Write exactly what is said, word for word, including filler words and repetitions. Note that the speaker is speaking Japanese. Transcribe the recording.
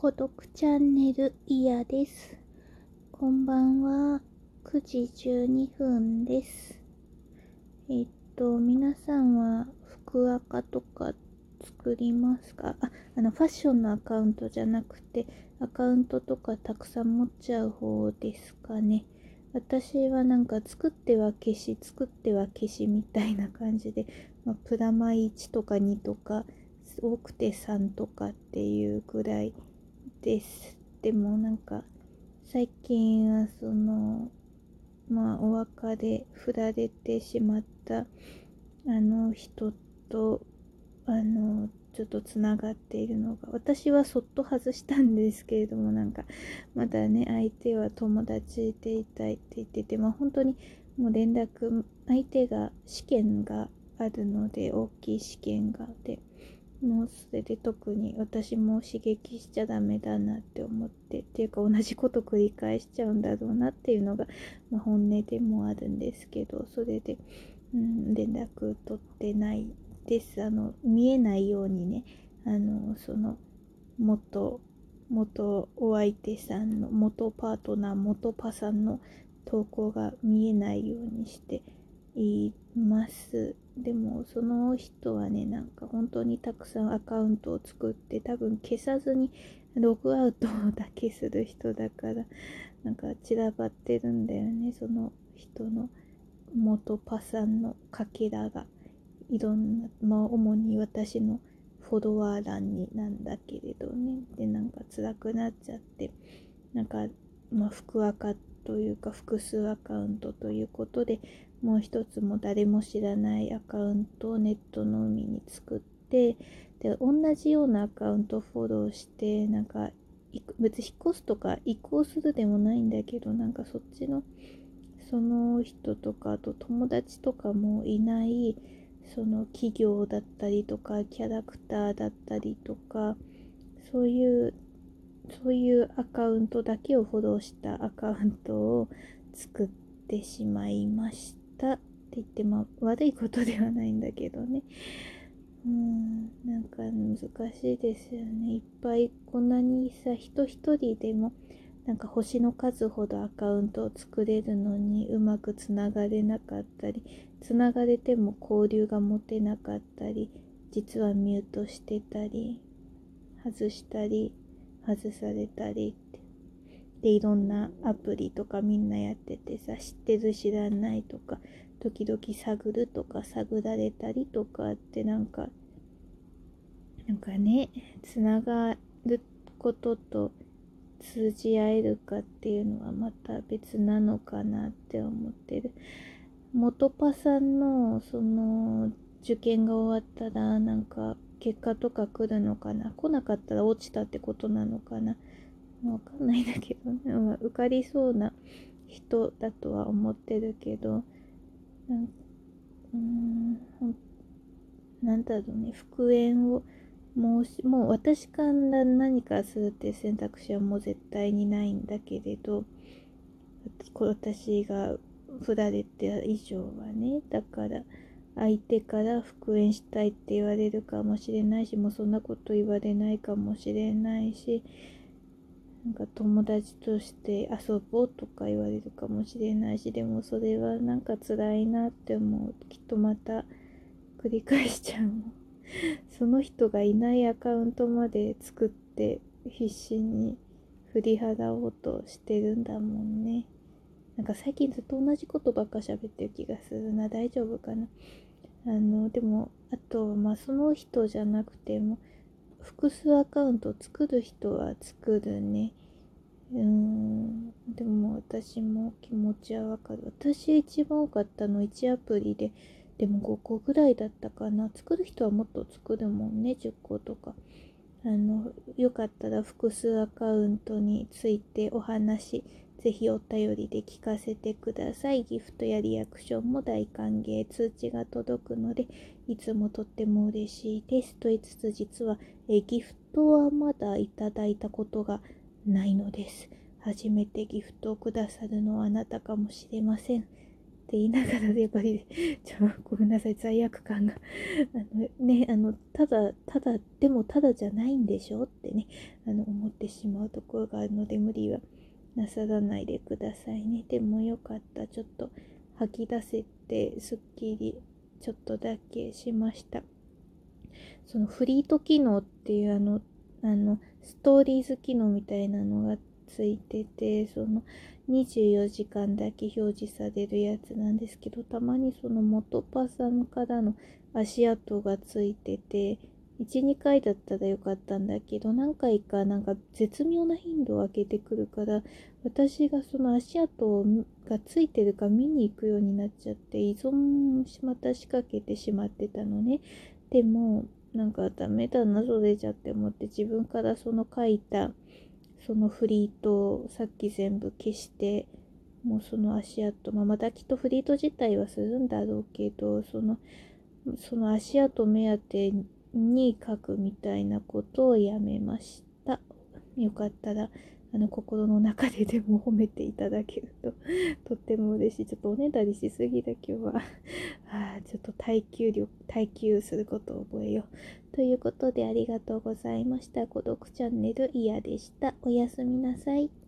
孤独チャンネルイヤです。こんばんは。くじじゅうにふんです。えっと、皆さんは福赤とか作りますか？あ、あの、ファッションのアカウントじゃなくて、アカウントとかたくさん持っちゃう方ですかね。私はなんか作っては消し、作っては消しみたいな感じで、まあ、プラマイいちとかにとか、多くてさんとかっていうくらいです。でもなんか最近はそのまあお別れ振られてしまったあの人とあのちょっとつながっているのが、私はそっと外したんですけれども、なんかまだね相手は友達でいたいって言ってて、まあ本当にもう連絡、相手が試験があるので、大きい試験がで、もうそれで特に私も刺激しちゃダメだなって思って、っていうか同じこと繰り返しちゃうんだろうなっていうのが、まあ、本音でもあるんですけど、それで、うん、連絡取ってないです。あの見えないようにね、あのその元元お相手さんの元パートナー元パさんの投稿が見えないようにしています。でもその人はね、なんか本当にたくさんアカウントを作って、多分消さずにログアウトだけする人だから、なんか散らばってるんだよね、その人の元パさんのかけらが。いろんな、まあ主に私のフォロワー欄になんだけれどね。で、なんか辛くなっちゃって、なんか、まあ、複アカというか複数アカウントということで、もう一つも誰も知らないアカウントをネットの海に作って、で同じようなアカウントをフォローして、なんか別に引っ越すとか移行するでもないんだけど、なんかそっちのその人とか、あと友達とかもいないその企業だったりとかキャラクターだったりとか、そういうそういうアカウントだけをフォローしたアカウントを作ってしまいましたって言って、まあ悪いことではないんだけどね。うーん、なんか難しいですよね。いっぱいこんなにさ、人一人でもなんか星の数ほどアカウントを作れるのに、うまくつながれなかったり、つながれても交流が持てなかったり、実はミュートしてたり、外したり、外されたりって。で、いろんなアプリとかみんなやっててさ、知ってる知らないとか、時々探るとか探られたりとかって、なんか、なんかね、つながることと通じ合えるかっていうのはまた別なのかなって思ってる。元パさんのその受験が終わったら、なんか結果とか来るのかな、来なかったら落ちたってことなのかな、わかんないんだけどね、まあ、受かりそうな人だとは思ってるけど、なんうーんなんだろうね、復縁をもうしもう私から何かするっていう選択肢はもう絶対にないんだけれど、私が振られて以上はね、だから相手から復縁したいって言われるかもしれないし、もうそんなこと言われないかもしれないし、なんか友達として遊ぼうとか言われるかもしれないし、でもそれはなんか辛いなって思う。きっとまた繰り返しちゃうもん。その人がいないアカウントまで作って必死に振り払おうとしてるんだもんね。なんか最近ずっと同じことばっか喋ってる気がするな。大丈夫かな。あのでもあと、まあその人じゃなくても複数アカウントを作る人は作るね。うーんでも私も気持ちはわかる。私一番多かったのいちアプリで、でもごこぐらいだったかな。作る人はもっと作るもんね、じゅっことか。あのよかったら複数アカウントについてお話ぜひお便りで聞かせてください。ギフトやリアクションも大歓迎。通知が届くのでいつもとっても嬉しいですと言いつつ、実はえギフトはまだいただいたことがないのです。初めてギフトをくださるのはあなたかもしれません。 って言いながらやっぱりちょごめんなさい、罪悪感があのねあのただただでもただじゃないんでしょってねあの思ってしまうところがあるので、無理はなさらないでくださいね。でもよかった、ちょっと吐き出せてすっきりちょっとだけしました。そのフリート機能っていうあのあのストーリーズ機能みたいなのがついてて、そのにじゅうよじかんだけ表示されるやつなんですけど、たまにその元パさんからの足跡がついてて、いち、にかいだったらよかったんだけど、何回かなんか絶妙な頻度を上げてくるから、私がその足跡がついてるか見に行くようになっちゃって、依存また仕掛けてしまってたのね。でもなんかダメだなそれじゃって思って、自分からその書いたそのフリートをさっき全部消して、もうその足跡、まあ、またきっとフリート自体はするんだろうけど、そのその足跡目当てに書くみたいなことをやめました。よかったらあの心の中ででも褒めていただけるととっても嬉しい。ちょっとおねだりしすぎだ今日はあちょっと耐久力耐久することを覚えようということで、ありがとうございました。孤独チャンネルイヤでした。おやすみなさい。